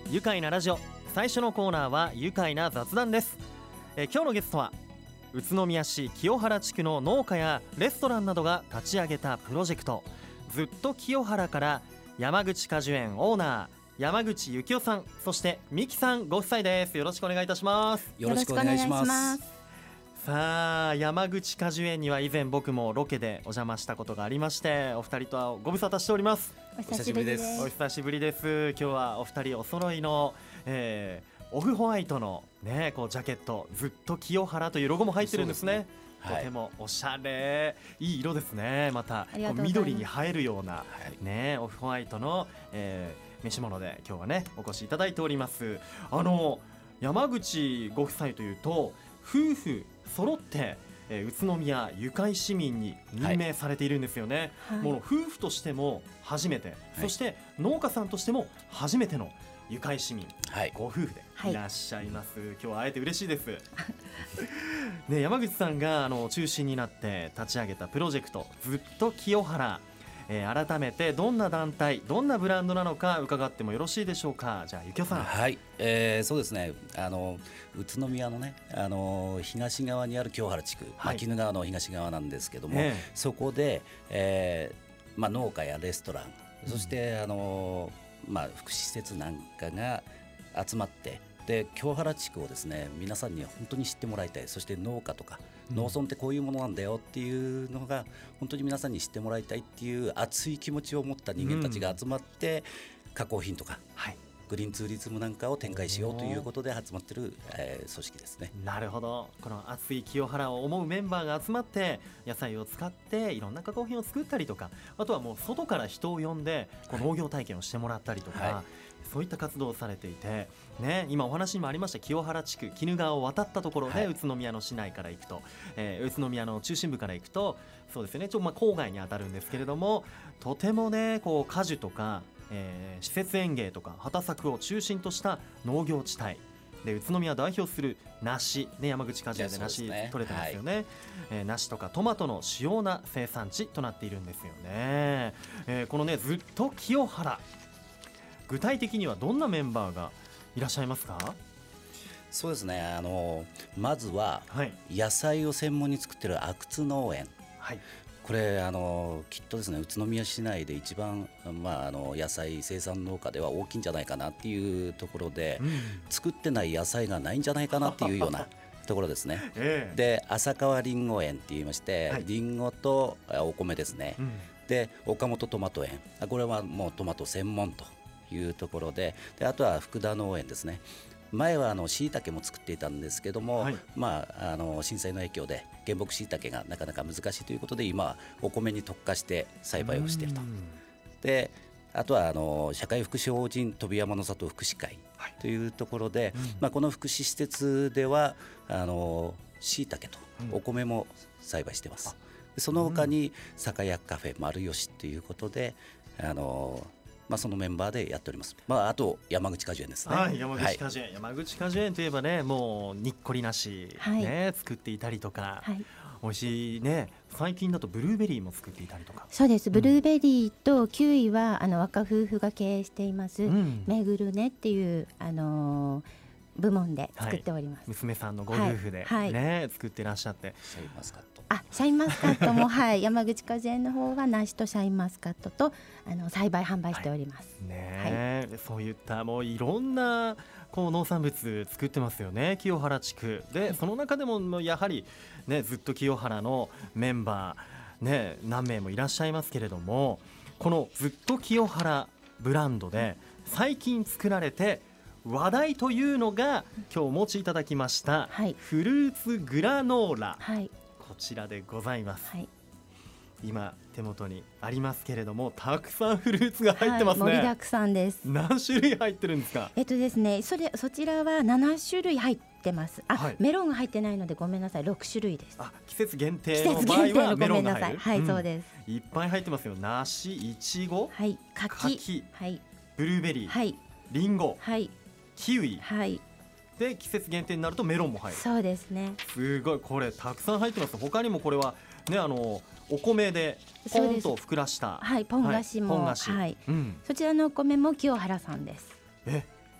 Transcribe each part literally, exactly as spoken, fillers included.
愉快なラジオ。最初のコーナーは愉快な雑談です。えー今日のゲストは宇都宮市清原地区の農家やレストランなどが立ち上げたプロジェクト、ずっと清原から山口果樹園オーナー山口幸雄さん、そして美希さんご夫妻です。よろしくお願いいたします。 よろしくお願いします。 さあ、山口果樹園には以前僕もロケでお邪魔したことがありまして、お二人とはご無沙汰しております。 お久しぶりです。 お久しぶりです。今日はお二人お揃いの、えーオフホワイトの、ね、こうジャケット、ずっと清原というロゴも入ってるんですね。とてもおしゃれ、いい色ですね。またこう緑に映えるような、はい、ね、オフホワイトの、えー、召し物で今日はねお越しいただいております。あの山口ご夫妻というと夫婦揃ってえー、宇都宮ゆかい市民に任命されているんですよね、はい、もう夫婦としても初めて、はい、そして農家さんとしても初めてのゆかい市民、はい、ご夫婦でいらっしゃいます、はい、今日は会えて嬉しいですね、山口さんがあの中心になって立ち上げたプロジェクト、ずっと清原、えー、改めてどんな団体、どんなブランドなのか伺ってもよろしいでしょうか。じゃあ幸雄さん。 はい、えー、そうですね、あの宇都宮のね、あの東側にある清原地区、はい、まあ、鬼怒川の東側なんですけども、えー、そこで、えーまあ、農家やレストラン、そして、うん、あのまあ、福祉施設なんかが集まって、で清原地区をですね皆さんに本当に知ってもらいたい、そして農家とか農村ってこういうものなんだよっていうのが本当に皆さんに知ってもらいたいっていう熱い気持ちを持った人間たちが集まって、うん、加工品とか、はい、グリーンツーリズムなんかを展開しようということで集まっている、えー、組織ですね。 なるほど。この熱い清原を思うメンバーが集まって野菜を使っていろんな加工品を作ったりとか、あとはもう外から人を呼んでこう農業体験をしてもらったりとか、はい、そういった活動をされていて、ね、今お話にもありました清原地区、鬼怒川を渡ったところで、はい、宇都宮の市内から行くと、えー、宇都宮の中心部から行くとそうですね、ちょっとまあ郊外に当たるんですけれども、とてもねこう果樹とか、えー、施設園芸とか畑作を中心とした農業地帯で、宇都宮を代表する梨、ね、山口果樹園で梨取れてますよね、はい、えー、梨とかトマトの主要な生産地となっているんですよね、えー、このねずっと清原、具体的にはどんなメンバーがいらっしゃいますか？ そうですね、あのまずは野菜を専門に作っている阿久津農園、はい、これあのきっとですね宇都宮市内で一番、まあ、あの野菜生産農家では大きいんじゃないかなっていうところで、うん、作ってない野菜がないんじゃないかなっていうようなところですね、えー、で浅川りんご園って言いまして、はい、りんごとお米ですね、うん、で岡本トマト園、これはもうトマト専門というところで、であとは福田農園ですね。前はあの椎茸も作っていたんですけども、はい、まあ、あの震災の影響で原木椎茸がなかなか難しいということで今はお米に特化して栽培をしていると。であとはあの社会福祉法人飛山の里福祉会というところで、はい、うん、まあ、この福祉施設ではあの椎茸とお米も栽培しています、うん、その他に酒屋カフェ丸吉ということであのまあ、そのメンバーでやっております。まあ、あと山口果樹園ですね。 はい、山口果樹園、はい、山口果樹園といえばね、もうにっこりなし、ね、はい、作っていたりとか、はい、美味しいね。最近だとブルーベリーも作っていたりとか。 そうです、ブルーベリーとキウイはあの若夫婦が経営しています、うん、めぐるねっていう、あのー部門で作っております、はい、 娘さんのご夫婦で、はいね、はい、作っていらっしゃって、 シャインマスカット、 あシャインマスカットも、はい、山口果樹園の方は梨とシャインマスカットとあの栽培販売しております、 はい、ね、はい、そういったもういろんなこう農産物作ってますよね、清原地区で、はい、その中でもやはり、ね、ずっと清原のメンバー、ね、何名もいらっしゃいますけれども、このずっと清原ブランドで最近作られて話題というのが今日お持ちいただきました、はい、フルーツグラノーラ、はい、こちらでございます、はい、今手元にありますけれども、たくさんフルーツが入ってますね、 はい、盛りだくさんです。 何種類入ってるんですか？ えっとですね、それそちらはなな種類入ってます。あ、はい、メロンが入ってないのでごめんなさい、ろく種類です。 あ、季節限定の場合はメロンが入る、 はい、うん、そうです。 いっぱい入ってますよ。梨、いちご、 はい、柿、 柿、 はい、 ブルーベリー、 はい、 リンゴ、 はい、 キウイ、 はい、 で季節限定になるとメロンも入る。 そうですね。 すごい、これたくさん入ってます。他にもこれはね、あのお米でポンとふくらした、 はい、ポン菓子も、はい、ポン菓子、はい、うん、そちらのお米も清原さんです。 え、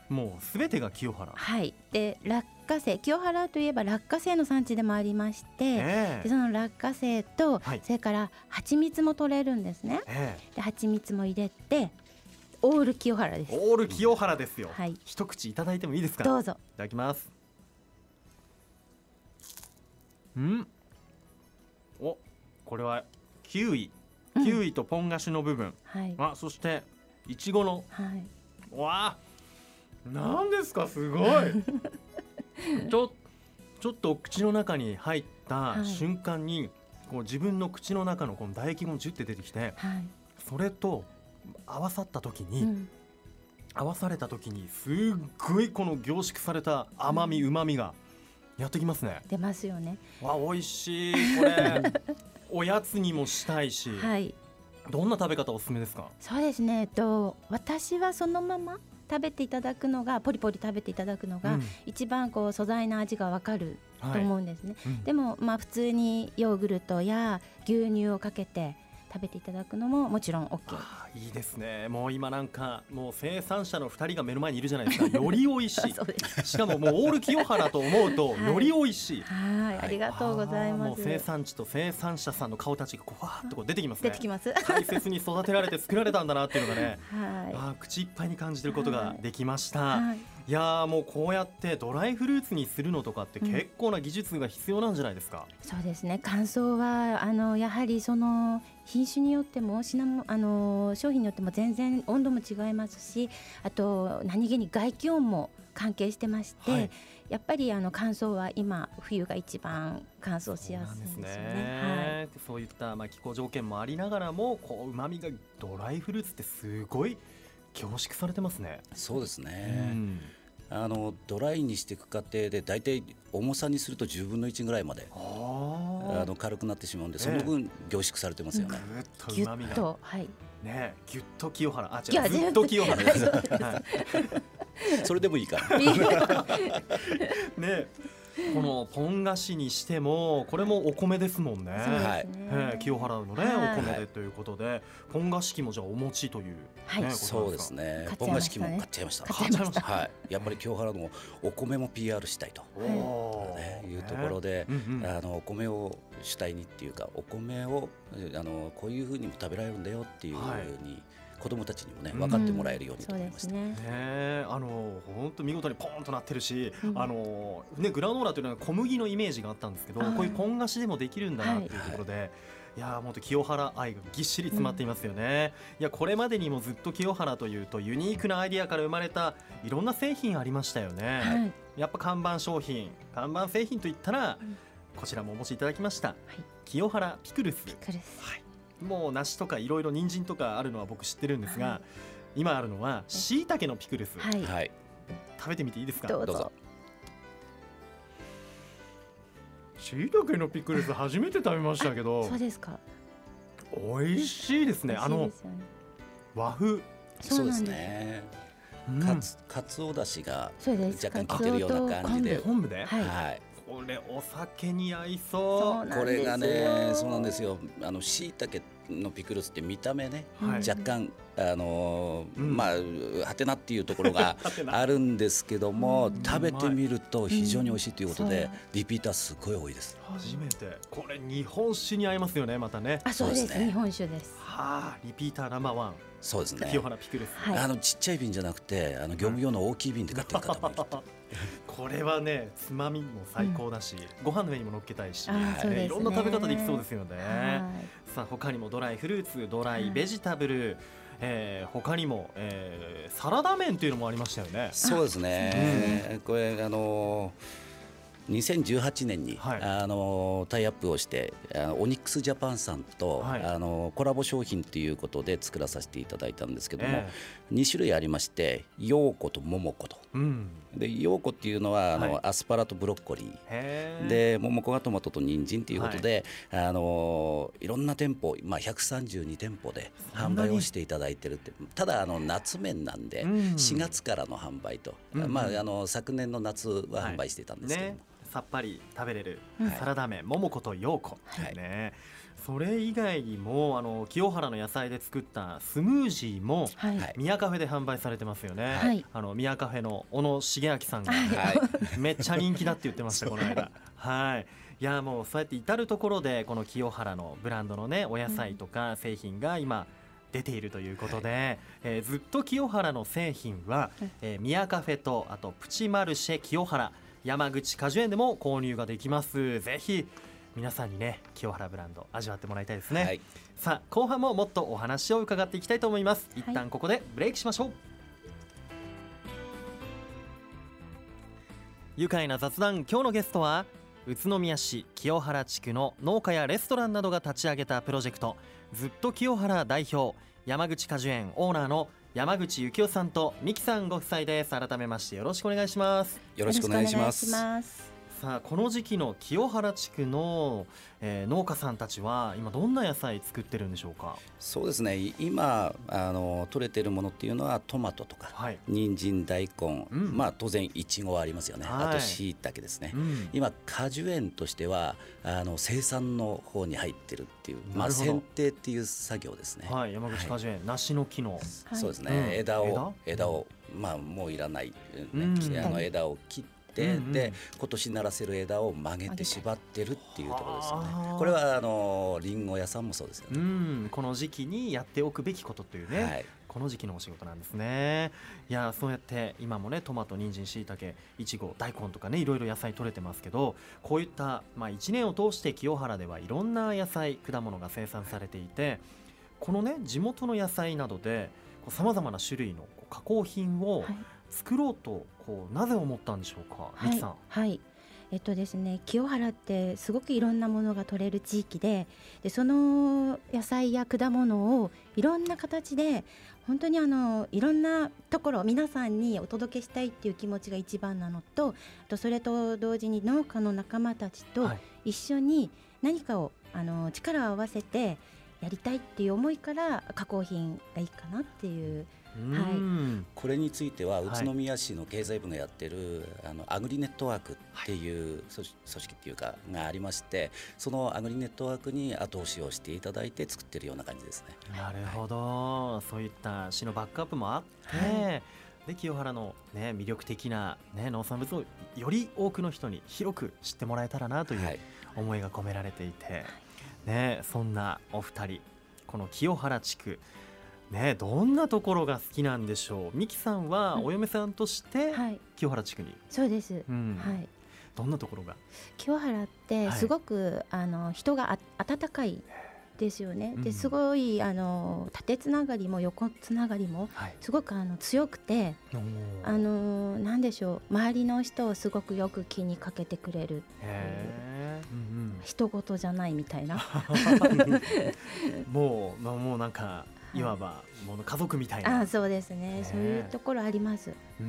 もうすべてが清原。 はい。で落花生、清原といえば落花生の産地でもありまして、えー、でその落花生と、はい、それから蜂蜜も取れるんですね、えー、で蜂蜜も入れてオール清原です。 オール清原ですよ、はい、一口いただいてもいいですか。 どうぞ。 いただきます。んお、これはキウイ、キウイとポン菓子の部分、うん、あ、そしていちごの、はい、わあ、なんですか、すごいちょちょっと口の中に入った瞬間に、はい、こう自分の口の中のこの唾液もジュッて出てきて、はい、それと合わさった時に、うん、合わされた時にすっごいこの凝縮された甘み、うまみがやってきますね。 出ますよね。 わ、美味しい。これおやつにもしたいし、はい、どんな食べ方おすすめですか。 そうですね、えっと、私はそのまま食べていただくのが、ポリポリ食べていただくのが、うん、一番こう素材の味がわかると思うんですね、はい、うん、でもまあ普通にヨーグルトや牛乳をかけて食べていただくのももちろん OK。 あ、いいですね。もう今なんかもう生産者のふたりが目の前にいるじゃないですか。より美味しいしかももうオール清原と思うとより美味しい、 はい、はい、ありがとうございます。もう生産地と生産者さんの顔たちがこうわーっとこう出てきますね。 出てきます。 大切に育てられて作られたんだなっていうのがね、はい、あ、口いっぱいに感じることができました、はいはい、いやー、もうこうやってドライフルーツにするのとかって結構な技術が必要なんじゃないですか。 うん、そうですね。乾燥はあのやはりその品種によっても品あの商品によっても全然温度も違いますし、あと何気に外気温も関係してまして、はい、やっぱりあの乾燥は今冬が一番乾燥しやすいんですよね。そうね、 はい、そういったまあ気候条件もありながらもこう旨味がドライフルーツってすごい凝縮されてますね。 そうですね、うん、あのドライにしていく過程でだいたい重さにするとじゅうぶんのいちぐらいまであの軽くなってしまうんで、その分凝縮されてますよね。 ぐっとうまみが、 はい、 ね、ぎゅっと清原、あ、違う、ずっと清原です、はい、 それでもいいかね、このポン菓子にしてもこれもお米ですもんね。 そうですね、 えー、清原のね、はい、お米でということで、ポン菓子機もじゃあお持ちという、ね、 はい、そうですね。ポン菓子機も買っちゃいました。 買っちゃいました。 はい、やっぱり清原のお米も ピーアール したいと、ね、いうところで、ね、うんうん、あのお米を主体にっていうか、お米をあのこういうふうにも食べられるんだよっていうふうに、はい、子どもたちにもね分かってもらえるようにと思いました。 うん、 ね、あの本当見事にポーンとなってるし、うん、あのね、グラノーラというのは小麦のイメージがあったんですけど、こういうポン菓子でもできるんだなっていうところで、はい、いや本当清原愛がぎっしり詰まっていますよね。うん、いやこれまでにもずっと清原というとユニークなアイディアから生まれたいろんな製品ありましたよね。はい、やっぱ看板商品、看板製品といったら、うん、こちらもお持ちいただきました、はい、清原ピクルス。 ピクルス、はい、 もう梨とかいろいろ人参とかあるのは僕知ってるんですが、はい、今あるのは椎茸のピクルス、はい、食べてみていいですか。 どうぞ。 椎茸のピクルス初めて食べましたけどそうですか。 美味しいですね。あの和風。 そうですね、かつかつおだしが若干効いてるような感じで、 昆布で、 はい、 これお酒に合いそう。 これがね、そうなんですよ。あの椎茸のピクルスって見た目ね、はい、若干あのーうん、まあはてなっていうところがあるんですけども、うん、食べてみると非常に美味しいということで、うん、リピーターすごい多いです。 初めて。これ日本酒に合いますよね、またね。 あ、そうですね、日本酒です。 はあ、リピーターナンバーワン。 そうですね。 清原ピクルス、 はい、あのちっちゃい瓶じゃなくて、あの業務用の大きい瓶で買ってる方もいると。 これはね、つまみも最高だし、うん、ご飯の上にも乗っけたいし、 ね、 いろんな食べ方できそうですよね。さあ他にもドライフルーツ、ドライベジタブル、えー、他にも、えー、サラダ麺というのもありましたよね。 そうですね、うん、これあのーにせんじゅうはちねんに、はい、あのタイアップをしてあのオニックスジャパンさんと、はい、あのコラボ商品ということで作らさせていただいたんですけども、えー、にしゅるいありまして、ヨーコとモモコと、うん、でヨーコっていうのはあの、はい、アスパラとブロッコリーで、モモコがトマトと人参ということで、はい、あのいろんな店舗、まあ、ひゃくさんじゅうにてんぽで販売をしていただいてるって。ただあの夏麺なんで、うん、しがつからの販売と、うん、まあ、あの昨年の夏は販売してたんですけども、はいね、 さっぱり食べれるサラダ麺、桃子と陽子っていうね、はい、それ以外にもあの清原の野菜で作ったスムージーも、はい、宮カフェで販売されてますよね、はい、あの宮カフェの小野茂明さんが、はい、めっちゃ人気だって言ってましたこの間。はい、いやもうそうやって至る所でこの清原のブランドのねお野菜とか製品が今出ているということで、はい、えー、ずっと清原の製品は、えー、宮カフェとあとプチマルシェ清原、山口果樹園でも購入ができます。ぜひ皆さんにね清原ブランド味わってもらいたいですね、はい、さあ後半ももっとお話を伺っていきたいと思います。一旦ここでブレイクしましょう、はい、愉快な雑談。今日のゲストは宇都宮市清原地区の農家やレストランなどが立ち上げたプロジェクト、ずっと清原代表、山口果樹園オーナーの山口幸男さんと美希さんご夫妻です。改めましてよろしくお願いします。 よろしくお願いします。 さあこの時期の清原地区の、えー、農家さんたちは今どんな野菜作ってるんでしょうか。 そうですね、今あの取れているものっていうのはトマトとか、はい、人参、大根、うん、まあ、当然いちごはありますよね、はい、あとしいたけですね、うん、今果樹園としてはあの生産の方に入ってるっていう、まあ、剪定っていう作業ですね、 はい、山口果樹園、はい、梨の木の、はい、 そうですね、うん、枝を枝を、まあ、もういらない、ね、うん、あの枝を切ってで、うんうん、で今年ならせる枝を曲げて縛ってるっていうところですよね。これはあのリンゴ屋さんもそうですよね。 うん、この時期にやっておくべきことというね、はい、この時期のお仕事なんですね。いやそうやって今もねトマト、人参、しいたけ、いちご、大根とかねいろいろ野菜取れてますけど、こういった、まあ、いちねんを通して清原ではいろんな野菜果物が生産されていて、このね地元の野菜などでさまざまな種類の加工品を、はい、作ろうとこうなぜ思ったんでしょうか、美希さん。 はい、えっとですね、清原ってすごくいろんなものが取れる地域で、でその野菜や果物をいろんな形で本当にあのいろんなところ皆さんにお届けしたいっていう気持ちが一番なのと、とそれと同時に農家の仲間たちと一緒に何かをあの力を合わせてやりたいっていう思いから加工品がいいかなっていう。 はい、これについては宇都宮市の経済部がやってる、はい、あのアグリネットワークっていう組織っていうかがありまして、そのアグリネットワークに後押しをしていただいて作ってるような感じですね。 なるほど、はい、そういった市のバックアップもあって、はい、で清原の、ね、魅力的な、ね、農産物をより多くの人に広く知ってもらえたらなという思いが込められていて、はいね、そんなお二人、この清原地区ね、どんなところが好きなんでしょう。美希さんはお嫁さんとして清原地区に、はい、 そうです、うん、はい、 どんなところが。 清原ってすごく、はい、あの人があ温かいですよね、うん、ですごいあの縦つながりも横つながりもすごくあの強くて、はい、あのなんでしょう、周りの人をすごくよく気にかけてくれる、へー、うんうん、人事じゃないみたいなもうもうなんかいわばもう家族みたいな。 あ、そうですね、そういうところあります。 うん、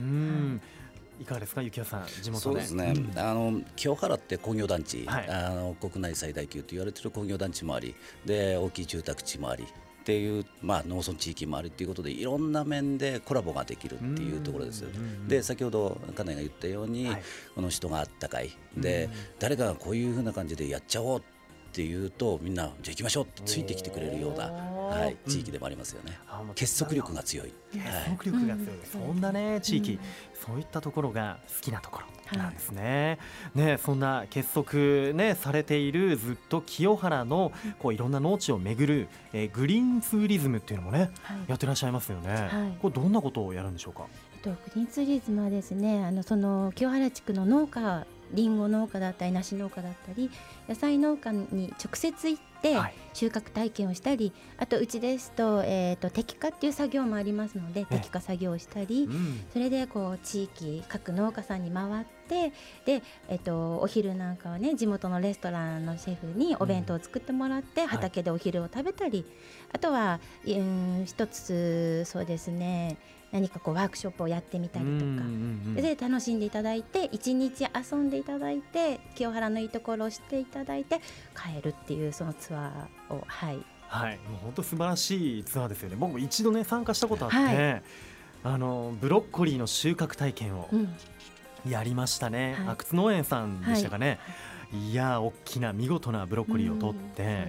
いかがですか、幸男さん、地元で。 そうですね、うん、あの清原って工業団地、はい、あの国内最大級と言われている工業団地もあり、で大きい住宅地もありっていう、まあ、農村地域もあるということでいろんな面でコラボができるっていうところです。で先ほど金井が言ったように、はい、この人があったかいで、誰かがこういうふうな感じでやっちゃおうっていうとみんなじゃあ行きましょうってついてきてくれるような、はい、地域でもありますよね、うん、結束力が強い、 結束力が強い、はい、そんなね地域、うん、そういったところが好きなところなんですね、はい、ね、そんな結束、ね、されているずっと清原のこういろんな農地を巡る、えー、グリーンツーリズムっていうのもね、はい、やってらっしゃいますよね、はい、これどんなことをやるんでしょうか。 グリーンツーリズムはですね、あのその清原地区の農家、リンゴ農家だったり梨農家だったり野菜農家に直接行って収穫体験をしたり、はい、あとうちですと、えー、と摘果っていう作業もありますので摘果作業をしたり、うん、それでこう地域各農家さんに回ってで、えー、とお昼なんかはね地元のレストランのシェフにお弁当を作ってもらって、うん、畑でお昼を食べたり、はい、あとは、うん、一つそうですね、何かこうワークショップをやってみたりとか、うんうんうん、で楽しんでいただいて一日遊んでいただいて清原のいいところを知っていただいて帰るっていうそのツアーを、はい、 はい、もう本当素晴らしいツアーですよね。僕も一度ね参加したことあって、はい、あのブロッコリーの収穫体験をやりましたね、はい、阿久津農園さんでしたかね、はい、いや大きな見事なブロッコリーを取って、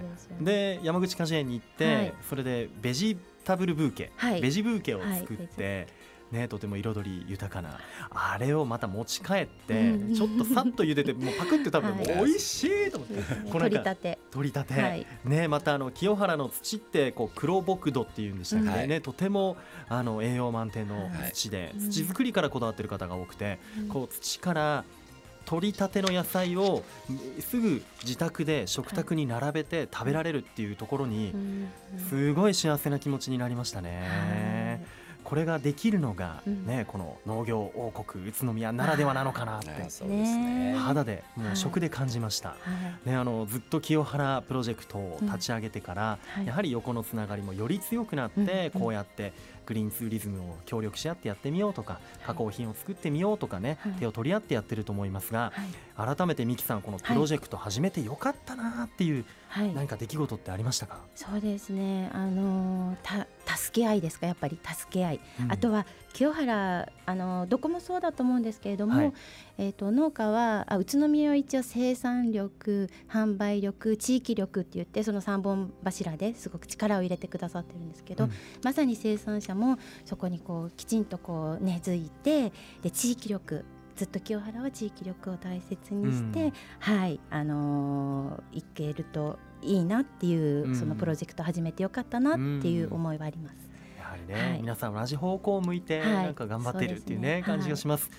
うん、で, で山口果樹園に行って、はい、それでベジタブルブーケ、はい、ベジブーケを作って、はいね、とても彩り豊かなあれをまた持ち帰って、うん、ちょっとさっと茹でてもうパクって食べてもう美味しいと思って、はい、 取りたて取りたて、はいね、またあの清原の土ってこう黒木土っていうんでしたっけ、はいね、とてもあの栄養満点の土で、はい、土作りからこだわってる方が多くて、うん、こう土から取りたての野菜をすぐ自宅で食卓に並べて食べられるっていうところにすごい幸せな気持ちになりましたね。これができるのが、ねうん、この農業王国宇都宮ならではなのかなって、ね、肌でもう食で感じました、はいね、あのずっと清原プロジェクトを立ち上げてから、うんはい、やはり横のつながりもより強くなって、うん、こうやってグリーンツーリズムを協力し合ってやってみようとか、加工品を作ってみようとかね、はい、手を取り合ってやってると思いますが、はい、改めて美希さんこのプロジェクト始めてよかったなっていう、はい、何か出来事ってありましたか？ そうですね、あのた助け合いですか、やっぱり助け合い、うん、あとは清原あのどこもそうだと思うんですけれども、はい、えー、と農家はあ宇都宮は一応生産力、販売力、地域力って言ってそのさんぼん柱ですごく力を入れてくださってるんですけど、うん、まさに生産者もそこにこうきちんとこう根付いて、で地域力、ずっと清原は地域力を大切にして、うん、はいあのー、いけるといいなっていう、うん、そのプロジェクト始めてよかったなっていう思いはあります、 うん、やはりね、はい、皆さん同じ方向を向いてなんか頑張っているっていうね、はい、感じがします、はい、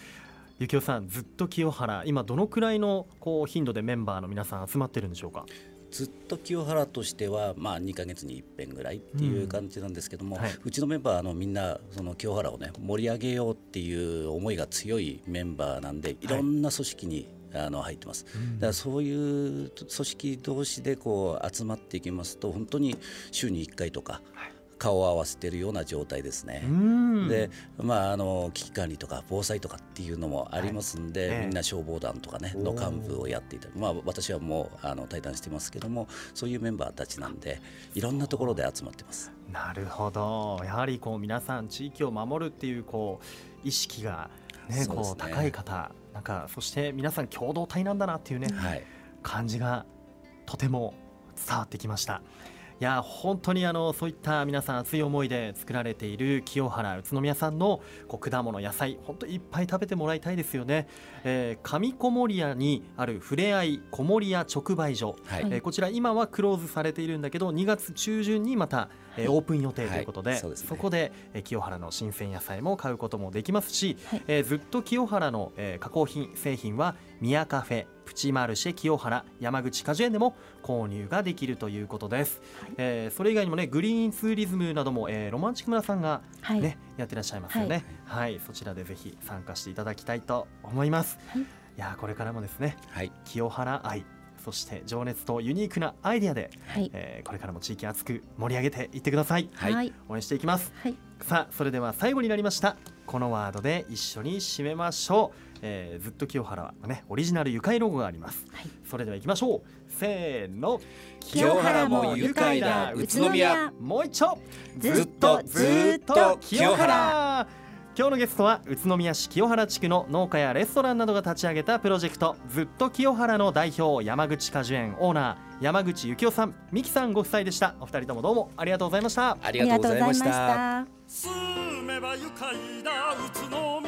幸男さん、ずっと清原今どのくらいのこう頻度でメンバーの皆さん集まってるんでしょうか？ ずっと清原としては、まあ、にかげつに一遍ぐらいっていう感じなんですけども、うんはい、うちのメンバーのみんなその清原を、ね、盛り上げようっていう思いが強いメンバーなんで、いろんな組織に、はい、あの入ってます、うん、だからそういう組織同士でこう集まっていきますと本当に週にいっかいとか、はい顔を合わせているような状態ですね。で、まあ、あの危機管理とか防災とかっていうのもありますんで、はい、みんな消防団とかねの幹部をやっていたり、まあ、私はもうあの退団してますけども、そういうメンバーたちなんでいろんなところで集まってます。 なるほど、やはりこう皆さん地域を守るっていう、こう意識が、ね、こう高い方なんか、そして皆さん共同体なんだなっていうね、はい、感じがとても伝わってきました。いや本当にあのそういった皆さん熱い思いで作られている清原宇都宮さんのこう果物野菜、本当にいっぱい食べてもらいたいですよね。えー、上小森屋にあるふれあい小森屋直売所、はい、えー、こちら今はクローズされているんだけどにがつ中旬にまた、えー、オープン予定ということで、はい、 そ, でね、そこで、えー、清原の新鮮野菜も買うこともできますし、はい、えー、ずっと清原の、えー、加工品製品は宮カフェ、プチマルシェ清原、山口果樹園でも購入ができるということです、はい、えー、それ以外にもねグリーンツーリズムなども、えー、ロマンチック村さんが、ね、はい、やってらっしゃいますよね、はい、はい、そちらでぜひ参加していただきたいと思います、はい、いやこれからもですね、はい、清原愛、そして情熱とユニークなアイデアで、はい、えー、これからも地域熱く盛り上げていってください、はい、応援していきます、はい、さあそれでは最後になりました。このワードで一緒に締めましょう。えー、ずっと清原はねオリジナル愉快ロゴがあります、はい、それでは行きましょう。せーの、 清原も愉快だ宇都宮、 もう一度、 ずっとずっと清原。 今日のゲストは宇都宮市清原地区の農家やレストランなどが立ち上げたプロジェクトずっと清原の代表、山口果樹園オーナー山口幸男さん、美希さんご夫妻でした。お二人ともどうもありがとうございました。 ありがとうございました。 住めば愉快だ宇都宮。